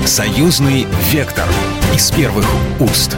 Союзный вектор из первых уст.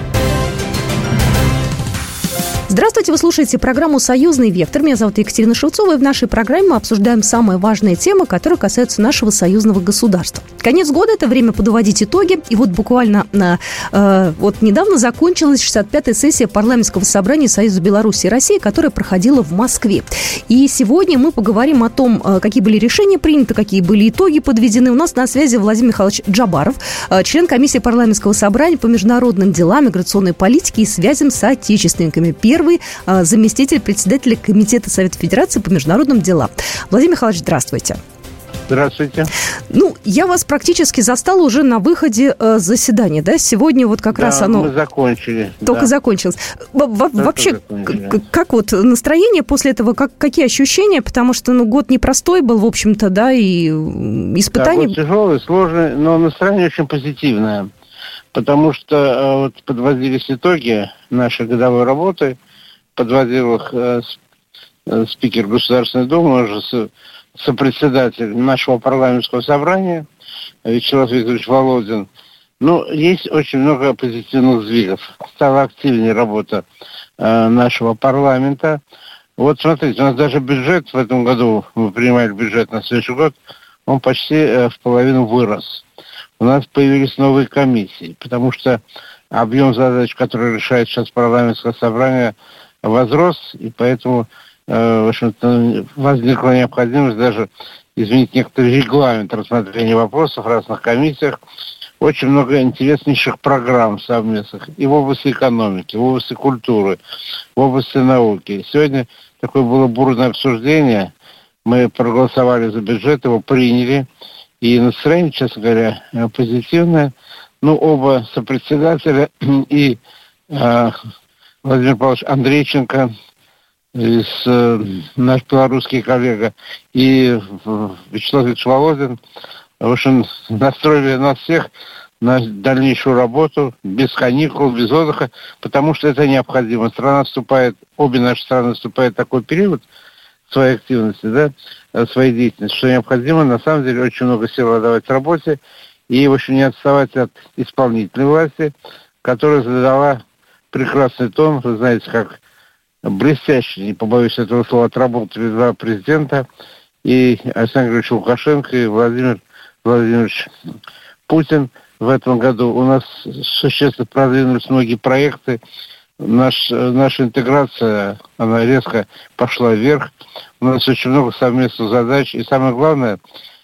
Здравствуйте, вы слушаете программу «Союзный вектор». Меня зовут Екатерина Шевцова, и в нашей программе мы обсуждаем самые важные темы, которые касаются нашего союзного государства. Конец года – это время подводить итоги, и вот буквально недавно закончилась 65-я сессия парламентского собрания Союза Беларуси и России, которая проходила в Москве. И сегодня мы поговорим о том, какие были решения приняты, какие были итоги подведены. У нас на связи Владимир Михайлович Джабаров, член комиссии парламентского собрания по международным делам, миграционной политике и связям с соотечественниками. Первый заместитель председателя Комитета Совета Федерации по международным делам. Владимир Михайлович, здравствуйте. Здравствуйте. Я вас практически застала уже на выходе заседания, да? Сегодня вот как раз оно... мы закончили. Только закончилось. Вообще, как вот настроение после этого, какие ощущения? Потому что, год непростой был, в общем-то, да, и испытания... Да, год тяжелый, сложный, но настроение очень позитивное. Потому что подводились итоги нашей годовой работы, подводил их спикер Государственной Думы, уже сопредседатель нашего парламентского собрания Вячеслав Викторович Володин. Есть очень много позитивных сдвигов. Стала активнее работа нашего парламента. Вот смотрите, у нас даже бюджет в этом году, мы принимали бюджет на следующий год, он почти в половину вырос. У нас появились новые комиссии, потому что объем задач, которые решает сейчас парламентское собрание, возрос, и поэтому, в общем-то, возникла необходимость даже изменить некоторый регламент рассмотрения вопросов в разных комиссиях. Очень много интереснейших программ совместных и в области экономики, в области культуры, в области науки. Сегодня такое было бурное обсуждение. Мы проголосовали за бюджет, его приняли. И настроение, честно говоря, позитивное. Оба сопредседателя и Владимир Павлович Андрейченко, наш белорусский коллега, и Вячеслав Викторович Володин, в общем, настроили нас всех на дальнейшую работу, без каникул, без отдыха, потому что это необходимо. Обе наши страны вступают в такой период своей активности, своей деятельности, что необходимо, на самом деле, очень много сил отдавать работе и, в общем, не отставать от исполнительной власти, которая задала прекрасный тон. Вы знаете, как блестяще, не побоюсь этого слова, отработали два президента, и Александр Григорьевич Лукашенко, и Владимир Владимирович Путин. В этом году у нас существенно продвинулись многие проекты. Наша интеграция, она резко пошла вверх. У нас очень много совместных задач. И самое главное,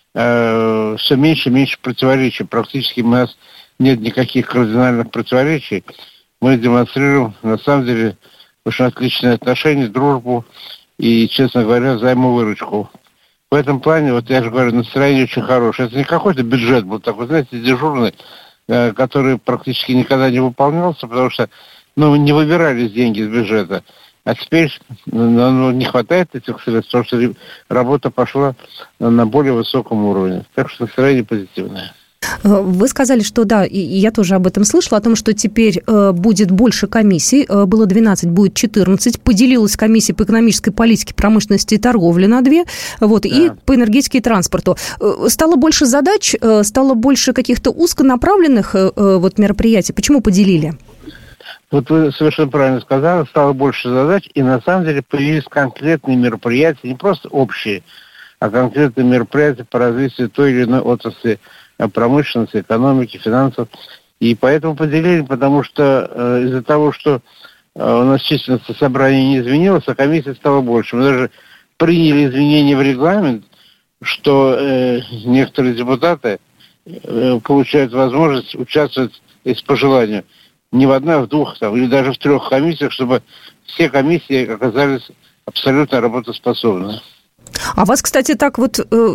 все меньше и меньше противоречий. Практически у нас нет никаких кардинальных противоречий. Мы демонстрируем, на самом деле, очень отличные отношения, дружбу и, честно говоря, взаимовыручку. В этом плане, я же говорю, настроение очень хорошее. Это не какой-то бюджет был такой, знаете, дежурный, который практически никогда не выполнялся, потому что не выбирались деньги из бюджета. А теперь не хватает этих средств, потому что работа пошла на более высоком уровне. Так что настроение позитивное. Вы сказали, что да, и я тоже об этом слышала, о том, что теперь будет больше комиссий. Было 12, будет 14. Поделилась комиссия по экономической политике, промышленности и торговле на 2. И по энергетике и транспорту. Стало больше задач, стало больше каких-то узконаправленных мероприятий. Почему поделили? Вы совершенно правильно сказали, стало больше задач, и на самом деле появились конкретные мероприятия, не просто общие, а конкретные мероприятия по развитию той или иной отрасли промышленности, экономики, финансов. И поэтому поделили, потому что из-за того, что у нас численность собрания не изменилась, а комиссия стала больше. Мы даже приняли изменения в регламент, что некоторые депутаты получают возможность участвовать по желанию не в одной, а в двух, или даже в 3 комиссиях, чтобы все комиссии оказались абсолютно работоспособны. А вас, кстати, так вы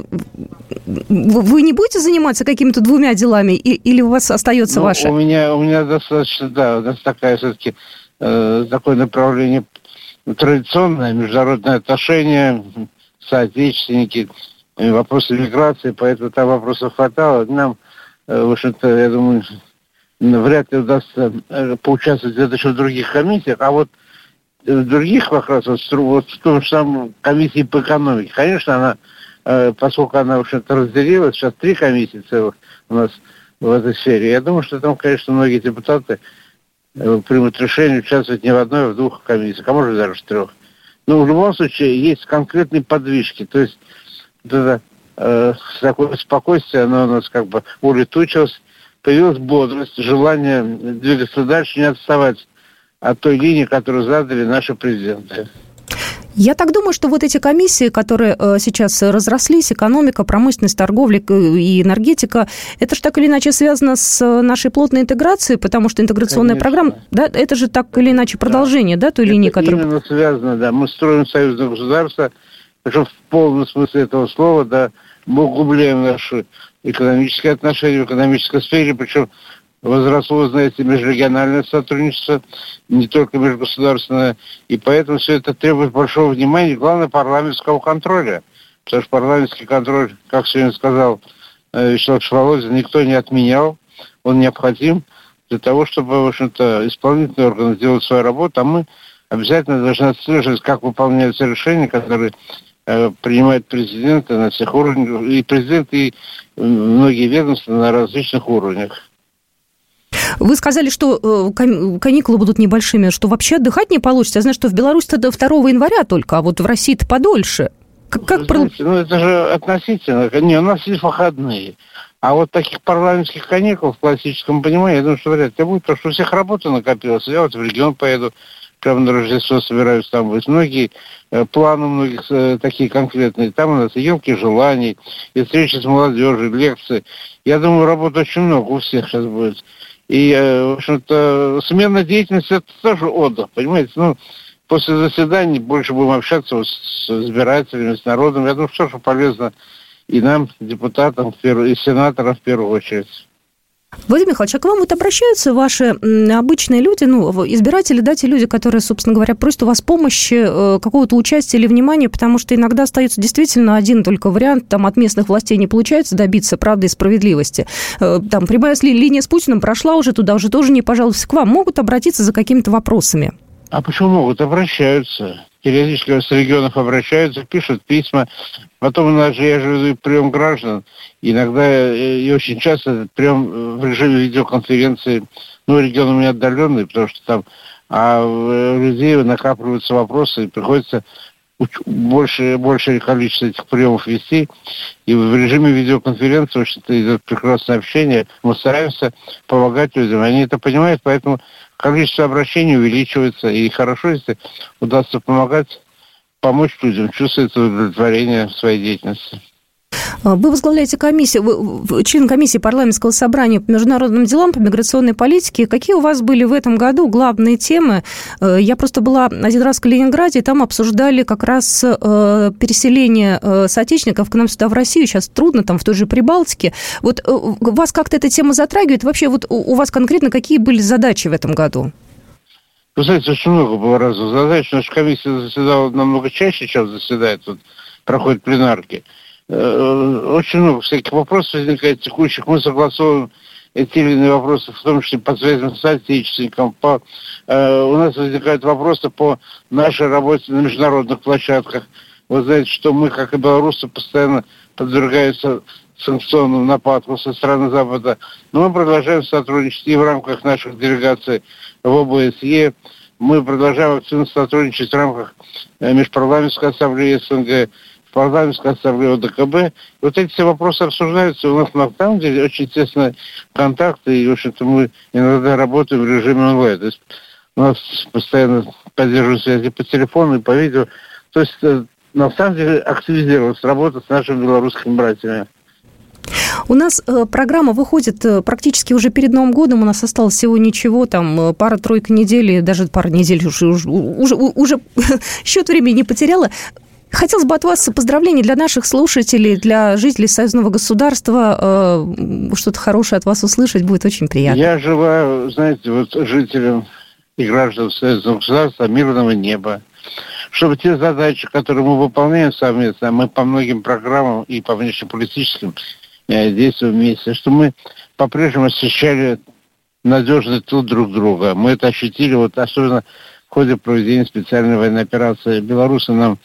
не будете заниматься какими-то 2 делами, или у вас остается ваше? У меня достаточно, у нас такая все-таки такое направление традиционное, международные отношения, соотечественники, вопросы миграции, поэтому там вопросов хватало. Нам, в общем-то, я думаю, вряд ли удастся поучаствовать еще в других комиссиях, а в других вопросах, в том же самом комиссии по экономике, конечно, она, поскольку она, в общем-то, разделилась, сейчас 3 комиссии целых у нас в этой сфере. Я думаю, что там, конечно, многие депутаты примут решение участвовать не в одной, а в двух комиссиях, а может даже в трех. Но в любом случае есть конкретные подвижки. То есть вот это такое спокойствие, оно у нас как бы улетучилось. Появилась бодрость, желание двигаться дальше, не отставать от той линии, которую задали наши президенты. Я так думаю, что вот эти комиссии, которые сейчас разрослись, экономика, промышленность, торговля и энергетика, это же так или иначе связано с нашей плотной интеграцией, потому что интеграционная программа, да, это же так или иначе продолжение, да, той линии, которая... Именно связано, да. Мы строим союзное государство, причем в полном смысле этого слова, да, мы углубляем наши экономические отношения в экономической сфере, причем возросло, знаете, межрегиональное сотрудничество, не только межгосударственное, и поэтому все это требует большого внимания, главное, парламентского контроля. Потому что парламентский контроль, как сегодня сказал Вячеслав Володин, никто не отменял, он необходим для того, чтобы, в общем-то, исполнительные органы делали свою работу, а мы обязательно должны отслеживать, как выполняются решения, которые принимает президент на всех уровнях, и президент, и многие ведомства на различных уровнях. Вы сказали, что каникулы будут небольшими, что вообще отдыхать не получится. Я знаю, что в Беларуси до 2 января только, а вот в России-то подольше. Знаете, это же относительно. Не, у нас есть выходные. А вот таких парламентских каникул в классическом понимании, я думаю, что вряд ли будет, потому что у всех работа накопилась. Я вот в регион поеду, прямо на Рождество собираюсь там быть. Многие планы у многих такие конкретные. Там у нас и елки желаний, и встречи с молодежью, лекции. Я думаю, работы очень много у всех сейчас будет. И, в общем-то, сменная деятельность – это тоже отдых, понимаете? Ну, после заседаний больше будем общаться с избирателями, с народом. Я думаю, что полезно и нам, депутатам, и сенаторам в первую очередь. Владимир Михайлович, а к вам вот обращаются ваши обычные люди, избиратели, да, те люди, которые, собственно говоря, просят у вас помощи, какого-то участия или внимания, потому что иногда остается действительно один только вариант, там от местных властей не получается добиться правды и справедливости. Там прямая линия с Путиным прошла уже, туда уже тоже не пожалуйста. К вам могут обратиться за какими-то вопросами? А почему могут? Обращаются. Периодически с регионов обращаются, пишут письма. Потом у нас же, я же веду прием граждан. Иногда и очень часто этот прием в режиме видеоконференции. Ну, регион у меня отдаленный, потому что там у людей накапливаются вопросы, и приходится большее количество этих приемов вести. И в режиме видеоконференции, в общем-то, идет прекрасное общение. Мы стараемся помогать людям. Они это понимают, поэтому количество обращений увеличивается. И хорошо, если удастся помочь людям, чувствовать удовлетворение в своей деятельности. Вы возглавляете комиссию, вы член комиссии парламентского собрания по международным делам, по миграционной политике. Какие у вас были в этом году главные темы? Я просто была один раз в Калининграде, и там обсуждали как раз переселение соотечественников к нам сюда в Россию. Сейчас трудно, там в той же Прибалтике. Вот вас как-то эта тема затрагивает? Вообще вот у вас конкретно какие были задачи в этом году? Вы знаете, очень много было разных задач. Наша комиссия заседала намного чаще, чем заседает. Вот проходят пленарки. Очень много всяких вопросов возникает текущих. Мы согласовываем эти или иные вопросы, в том числе по связям с отечественником. У нас возникают вопросы по нашей работе на международных площадках. Вы знаете, что мы, как и белорусы, постоянно подвергаемся санкционным нападкам со стороны Запада. Но мы продолжаем сотрудничать и в рамках наших делегаций в ОБСЕ. Мы продолжаем активно сотрудничать в рамках Межпарламентской ассамблеи СНГ, парламентской ассамблеи ОДКБ. И вот эти все вопросы обсуждаются. У нас на самом деле очень тесные контакты, и, в общем-то, мы иногда работаем в режиме онлайн. То есть у нас постоянно поддерживают связи по телефону и по видео. То есть, на самом деле, активизировалась работа с нашими белорусскими братьями. У нас программа выходит практически уже перед Новым годом. У нас осталось всего ничего, там пара-тройка недель, даже пара недель уже счет времени не потеряла. Хотелось бы от вас поздравлений для наших слушателей, для жителей союзного государства. Что-то хорошее от вас услышать будет очень приятно. Я желаю, знаете, вот жителям и гражданам союзного государства мирного неба. Чтобы те задачи, которые мы выполняем совместно, мы по многим программам и по внешнеполитическим действуем вместе, что мы по-прежнему ощущали надежный тыл друг друга. Мы это ощутили, вот особенно в ходе проведения специальной военной операции. Белорусы нам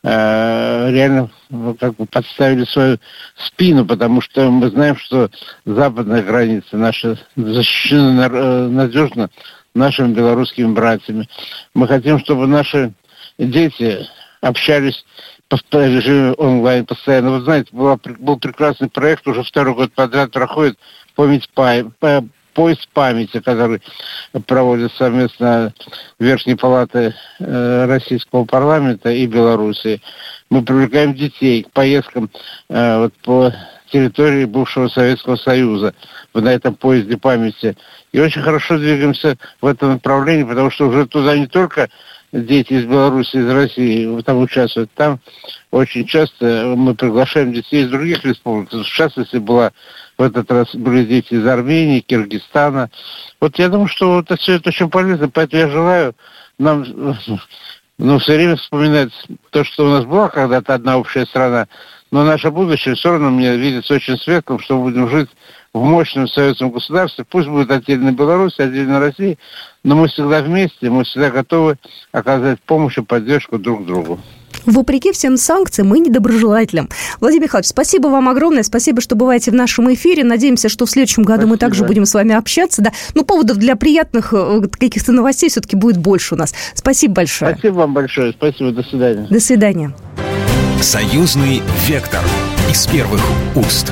реально как бы подставили свою спину, потому что мы знаем, что западная граница наша защищена надежно нашими белорусскими братьями. Мы хотим, чтобы наши дети общались по режиме онлайн постоянно. Вы знаете, был прекрасный проект, уже второй год подряд проходит поезд памяти, который проводит совместно Верхней Палаты Российского парламента и Белоруссии. Мы привлекаем детей к поездкам по территории бывшего Советского Союза на этом поезде памяти. И очень хорошо двигаемся в этом направлении, потому что уже туда не только дети из Беларуси, из России там участвуют. Там очень часто мы приглашаем детей из других республик. В частности, в этот раз были дети из Армении, Киргизстана. Вот я думаю, что это все это очень полезно, поэтому я желаю нам все время вспоминать то, что у нас была когда-то одна общая страна, но наше будущее все равно мне видится очень светлым, что мы будем жить в мощном советском государстве. Пусть будет отдельно Беларусь, отдельно Россия, но мы всегда вместе, мы всегда готовы оказать помощь и поддержку друг другу. Вопреки всем санкциям и недоброжелателям. Владимир Михайлович, спасибо вам огромное. Спасибо, что бываете в нашем эфире. Надеемся, что в следующем году мы также будем с вами общаться. Да. Но поводов для приятных каких-то новостей все-таки будет больше у нас. Спасибо большое. Спасибо вам большое. Спасибо. До свидания. До свидания. Союзный вектор из первых уст.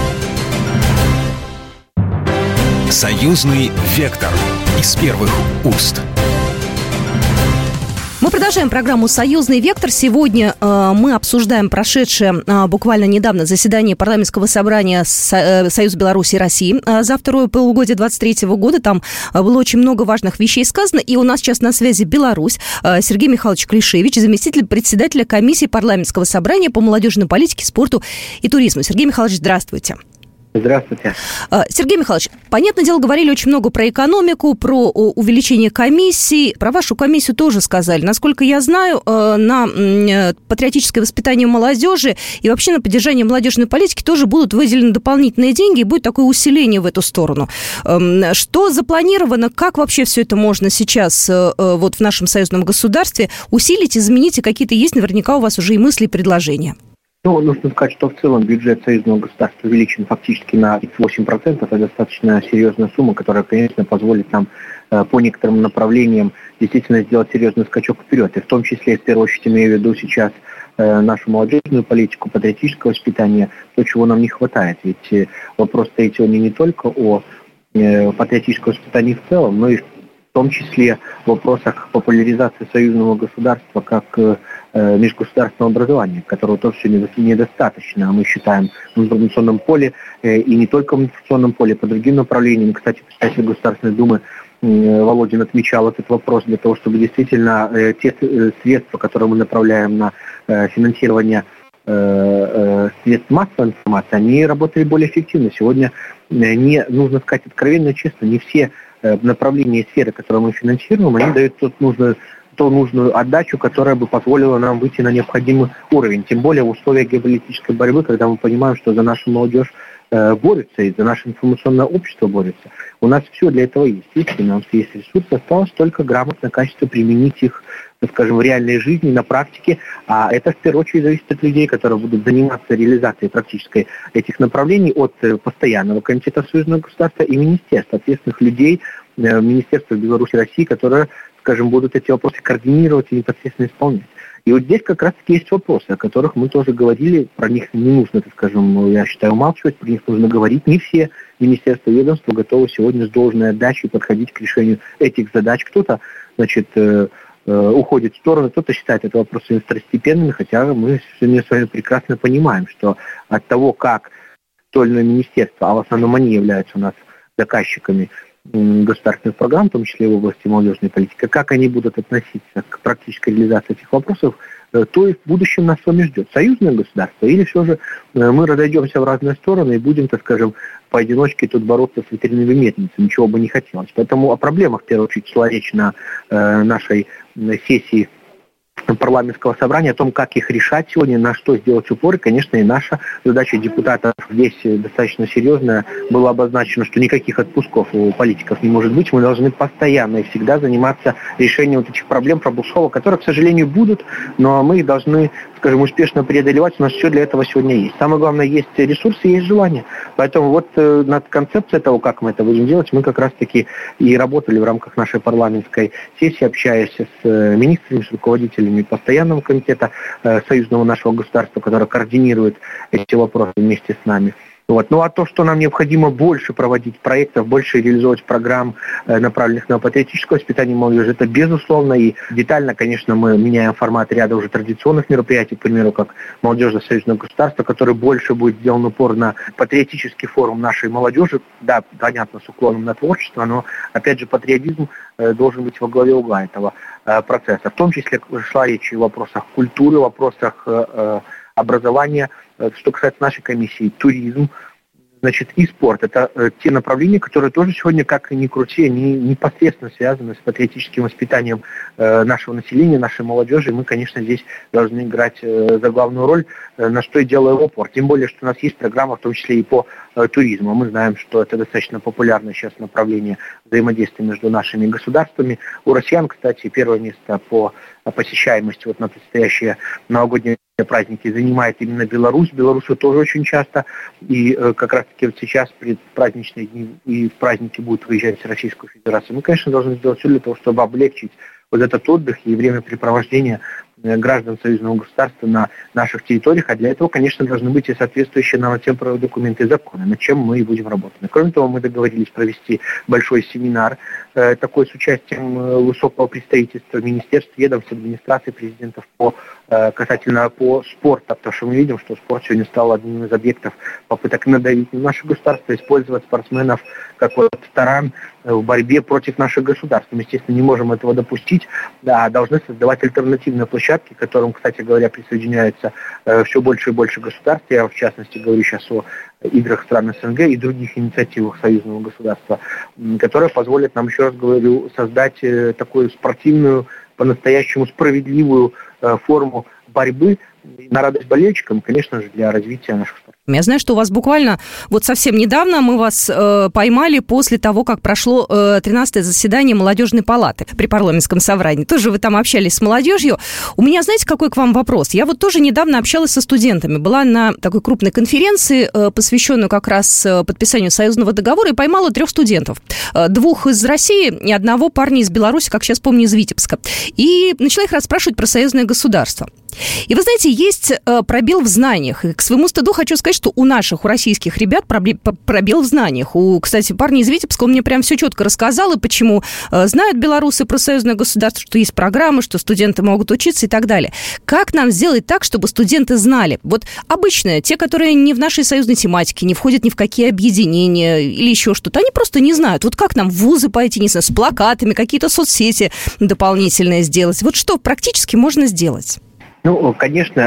Союзный вектор из первых уст. Мы продолжаем программу «Союзный вектор». Сегодня мы обсуждаем прошедшее буквально недавно заседание парламентского собрания Союза Беларуси и России за второе полугодие 2023 года. Там было очень много важных вещей сказано. И у нас сейчас на связи Беларусь. Сергей Михайлович Клишевич, заместитель председателя комиссии парламентского собрания по молодежной политике, спорту и туризму. Сергей Михайлович, здравствуйте. Здравствуйте. Сергей Михайлович, понятное дело, говорили очень много про экономику, про увеличение комиссий. Про вашу комиссию тоже сказали. Насколько я знаю, на патриотическое воспитание молодежи и вообще на поддержание молодежной политики тоже будут выделены дополнительные деньги, и будет такое усиление в эту сторону. Что запланировано? Как вообще все это можно сейчас вот в нашем союзном государстве усилить, изменить? И какие-то есть наверняка у вас уже и мысли, и предложения. Нужно сказать, что в целом бюджет союзного государства увеличен фактически на 8%. Это достаточно серьезная сумма, которая, конечно, позволит нам по некоторым направлениям действительно сделать серьезный скачок вперед. И в том числе, в первую очередь, имею в виду сейчас нашу молодежную политику, патриотическое воспитание, то, чего нам не хватает. Ведь вопрос стоит сегодня не только о патриотическом воспитании в целом, но и в том числе в вопросах популяризации союзного государства как межгосударственного образования, которого тоже сегодня недостаточно, мы считаем, в информационном поле, и не только в информационном поле, по другим направлениям. Кстати, председатель Государственной Думы Володин отмечал этот вопрос для того, чтобы действительно те средства, которые мы направляем на финансирование средств массовой информации, они работали более эффективно. Сегодня, нужно сказать откровенно, честно, не все направления и сферы, которые мы финансируем, они дают ту нужную отдачу, которая бы позволила нам выйти на необходимый уровень. Тем более в условиях геополитической борьбы, когда мы понимаем, что за нашу молодежь борются и за наше информационное общество борются. У нас все для этого есть. Есть финансы, есть ресурсы. Осталось только грамотно, качественно применить их, скажем, в реальной жизни, на практике. А это в первую очередь зависит от людей, которые будут заниматься реализацией практической этих направлений, от постоянного комитета союзного государства и министерств, ответственных людей, министерства Беларуси и России, которые, скажем, будут эти вопросы координировать и непосредственно исполнять. И вот здесь как раз-таки есть вопросы, о которых мы тоже говорили, про них не нужно, так скажем, я считаю, умалчивать, про них нужно говорить. Не все министерства и ведомства готовы сегодня с должной отдачей подходить к решению этих задач. Кто-то, значит, уходит в сторону, кто-то считает это вопросами второстепенными, хотя мы сегодня с вами прекрасно понимаем, что от того, как то или иное министерство, а в основном они являются у нас заказчиками государственных программ, в том числе в области молодежной политики, как они будут относиться к практической реализации этих вопросов, то и в будущем нас с вами ждет. Союзное государство или все же мы разойдемся в разные стороны и будем, так скажем, поодиночке тут бороться с ветряными мельницами, чего бы не хотелось. Поэтому о проблемах, в первую очередь, шла речь на нашей сессии парламентского собрания, о том, как их решать сегодня, на что сделать упор. И, конечно, и наша задача депутатов здесь достаточно серьезная. Было обозначено, что никаких отпусков у политиков не может быть. Мы должны постоянно и всегда заниматься решением вот этих проблем пробуксовок, которые, к сожалению, будут, но мы их должны, скажем, успешно преодолевать. У нас все для этого сегодня есть. Самое главное, есть ресурсы, есть желание. Поэтому вот над концепцией того, как мы это будем делать, мы как раз-таки и работали в рамках нашей парламентской сессии, общаясь с министрами, с руководителями постоянного комитета союзного нашего государства, который координирует эти вопросы вместе с нами. Вот. Ну а то, что нам необходимо больше проводить проектов, больше реализовывать программ, направленных на патриотическое воспитание молодежи, это безусловно. И детально, конечно, мы меняем формат ряда уже традиционных мероприятий, к примеру, как молодежное союзное государство, который больше будет сделан упор на патриотический форум нашей молодежи. Да, понятно, с уклоном на творчество, но, опять же, патриотизм должен быть во главе угла этого процесса. В том числе шла речь и в вопросах культуры, в вопросах образования. Что касается нашей комиссии, туризм, значит, и спорт. Это те направления, которые тоже сегодня, как ни крути, они непосредственно связаны с патриотическим воспитанием нашего населения, нашей молодежи. И мы, конечно, здесь должны играть за главную роль, на что и делаем упор. Тем более, что у нас есть программа, в том числе и по туризму. Мы знаем, что это достаточно популярное сейчас направление взаимодействия между нашими государствами. У россиян, кстати, первое место по посещаемости вот на предстоящие новогодние праздники занимает именно Беларусь. Белорусы тоже очень часто, и как раз-таки вот сейчас предпраздничные дни и в праздники будут выезжать в Российскую Федерацию. Мы, конечно, должны сделать все для того, чтобы облегчить вот этот отдых и времяпрепровождение граждан союзного государства на наших территориях, а для этого, конечно, должны быть и соответствующие нормативно-правовые документы и законы, над чем мы и будем работать. Кроме того, мы договорились провести большой семинар, такой с участием высокого представительства министерств, ведомств, администрации, президентов касательно по спорту, потому что мы видим, что спорт сегодня стал одним из объектов попыток надавить на наше государство, использовать спортсменов как вот таран в борьбе против наших государств. Мы, естественно, не можем этого допустить, а должны создавать альтернативные площадки, к которым, кстати говоря, присоединяются все больше и больше государств. Я, в частности, говорю сейчас о играх стран СНГ и других инициативах союзного государства, которые позволят нам, еще раз говорю, создать такую спортивную, по-настоящему справедливую форму борьбы на радость болельщикам, конечно же, для развития наших спортсменов. Я знаю, что у вас буквально вот совсем недавно мы вас поймали после того, как прошло 13-е заседание Молодежной палаты при парламентском собрании. Тоже вы там общались с молодежью. У меня, знаете, какой к вам вопрос? Я вот тоже недавно общалась со студентами. Была на такой крупной конференции, посвященной как раз подписанию союзного договора, и поймала 3 студентов. 2 из России и 1 парня из Беларуси, как сейчас помню, из Витебска. И начала их расспрашивать про союзное государство. И вы знаете, есть пробел в знаниях. И к своему стыду хочу сказать, что у российских ребят пробел в знаниях. Кстати, парень из Витебска, он мне прям все четко рассказал, и почему знают белорусы про союзное государство, что есть программы, что студенты могут учиться и так далее. Как нам сделать так, чтобы студенты знали? Вот обычно те, которые не в нашей союзной тематике, не входят ни в какие объединения или еще что-то, они просто не знают. Вот как нам в вузы пойти, не знаю, с плакатами, какие-то соцсети дополнительные сделать? Вот что практически можно сделать? Ну, конечно,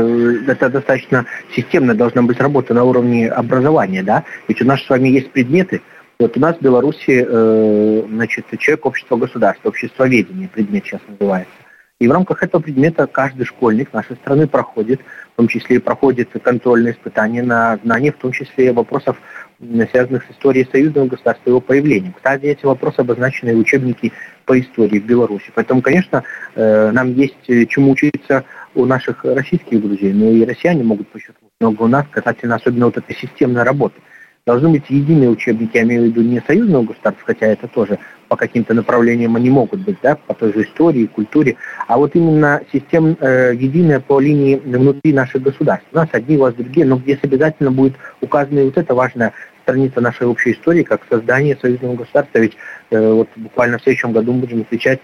это достаточно системно должна быть работа на уровне образования, да? Ведь у нас с вами есть предметы. Вот у нас в Беларуси, значит, человек, общество, государство, обществоведение предмет сейчас называется. И в рамках этого предмета каждый школьник нашей страны проходит, в том числе и проходит контрольные испытания на знания, в том числе и вопросов, связанных с историей союзного государства и его появлением. Кстати, эти вопросы обозначены в учебнике по истории в Беларуси. Поэтому, конечно, нам есть чему учиться у наших российских друзей, но и россияне могут подчеркнуть много у нас, касательно особенно вот этой системной работы. Должны быть единые учебники, я имею в виду не союзного государства, хотя это тоже по каким-то направлениям они могут быть, да, по той же истории, культуре, а вот именно система единая по линии внутри наших государств. У нас одни, у вас другие, но здесь обязательно будет указана и вот эта важная страница нашей общей истории, как создание союзного государства. Ведь вот буквально в следующем году мы будем отвечать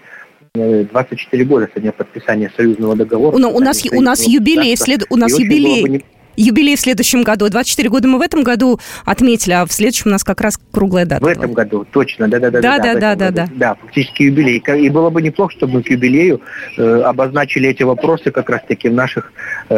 24 года со дня подписания союзного договора. У нас юбилей, юбилей в следующем году. 24 года мы в этом году отметили, а в следующем у нас как раз круглая дата. В этом году, точно, да. Да, фактически юбилей. И было бы неплохо, чтобы мы к юбилею обозначили эти вопросы как раз-таки в наших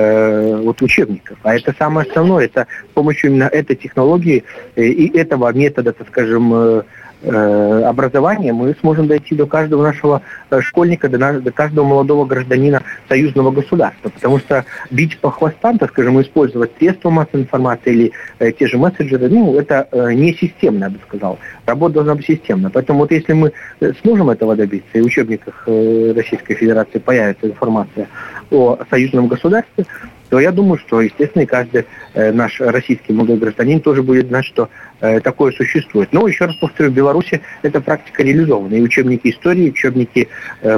учебниках. А это самое основное, это с помощью именно этой технологии и этого метода, так скажем, образования, мы сможем дойти до каждого нашего школьника, до каждого молодого гражданина союзного государства. Потому что бить по хвостам, так скажем, использовать средства массовой информации или те же мессенджеры, это не системно, я бы сказал. Работа должна быть системна. Поэтому вот если мы сможем этого добиться, и в учебниках Российской Федерации появится информация о союзном государстве, то я думаю, что, естественно, и каждый наш российский молодой гражданин тоже будет знать, что такое существует. Но, еще раз повторю, в Беларуси эта практика реализована. И учебники истории, учебники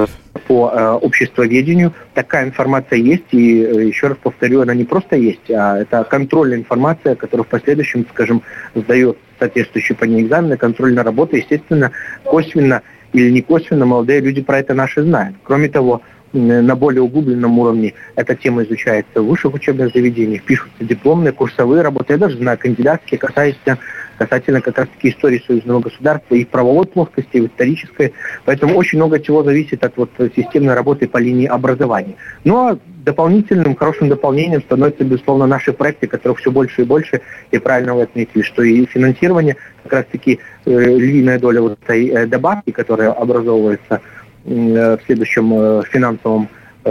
по обществоведению, такая информация есть. И, еще раз повторю, она не просто есть, а это контрольная информация, которую в последующем, скажем, сдает соответствующие по ней экзамены, контрольная работа. Естественно, косвенно или не косвенно молодые люди про это наши знают. Кроме того, на более углубленном уровне эта тема изучается в высших учебных заведениях, пишутся дипломные, курсовые работы, я даже знаю кандидатские, касательно как раз-таки истории союзного государства и в правовой плоскости, и в исторической. Поэтому очень много чего зависит от системной работы по линии образования. Ну а дополнительным, хорошим дополнением становятся, безусловно, наши проекты, которых все больше и больше, и правильно вы отметили, что и финансирование, как раз-таки львиная доля этой добавки, которая образовывается в следующем финансовом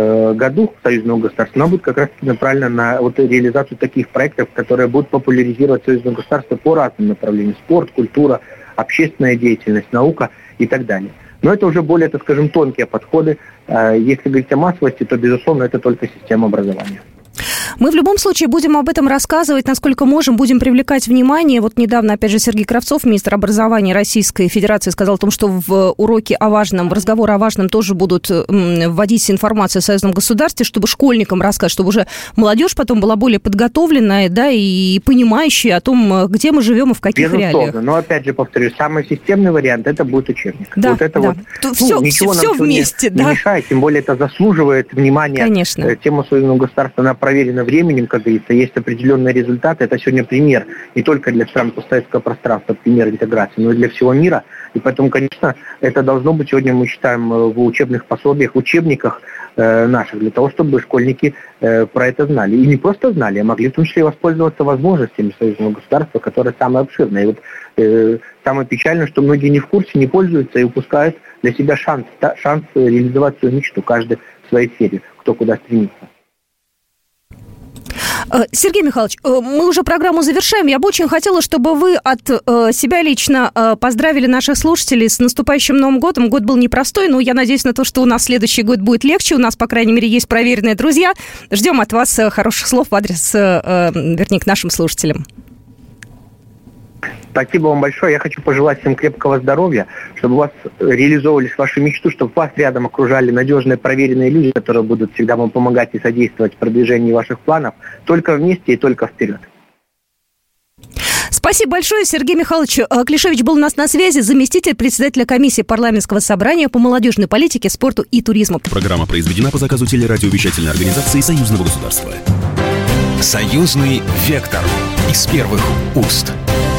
году союзного государства, она будет как раз направлена на реализацию таких проектов, которые будут популяризировать союзное государство по разным направлениям: спорт, культура, общественная деятельность, наука и так далее. Но это уже более, так скажем, тонкие подходы. Если говорить о массовости, то, безусловно, это только система образования. Мы в любом случае будем об этом рассказывать, насколько можем, будем привлекать внимание. Вот недавно, опять же, Сергей Кравцов, министр образования Российской Федерации, сказал о том, что в уроке о важном, в разговоры о важном тоже будут вводить информацию о союзном государстве, чтобы школьникам рассказать, чтобы уже молодежь потом была более подготовленная, да, и понимающая о том, где мы живем и в каких реалиях. Но, опять же, повторюсь, самый системный вариант – это будет учебник. Да, вот это да. Ничего все нам вместе, не мешает, тем более это заслуживает внимания. Конечно. Тема союзного государства, она проверена временем, как говорится, есть определенные результаты. Это сегодня пример не только для стран постсоветского пространства, пример интеграции, но и для всего мира. И поэтому, конечно, это должно быть сегодня, мы считаем, в учебных пособиях, учебниках наших, для того, чтобы школьники про это знали. И не просто знали, а могли в том числе воспользоваться возможностями союзного государства, которое самое обширное. И самое печальное, что многие не в курсе, не пользуются и упускают для себя шанс реализовать свою мечту, каждый в своей сфере, кто куда стремится. Сергей Михайлович, мы уже программу завершаем. Я бы очень хотела, чтобы вы от себя лично поздравили наших слушателей с наступающим Новым годом. Год был непростой, но я надеюсь на то, что у нас следующий год будет легче. У нас, по крайней мере, есть проверенные друзья. Ждем от вас хороших слов в адрес, к нашим слушателям. Спасибо вам большое. Я хочу пожелать всем крепкого здоровья, чтобы у вас реализовывались ваши мечты, чтобы вас рядом окружали надежные, проверенные люди, которые будут всегда вам помогать и содействовать в продвижении ваших планов. Только вместе и только вперед. Спасибо большое. Сергей Михайлович Клишевич был у нас на связи, заместитель председателя комиссии парламентского собрания по молодежной политике, спорту и туризму. Программа произведена по заказу телерадиовещательной организации Союзного государства. Союзный вектор из первых уст.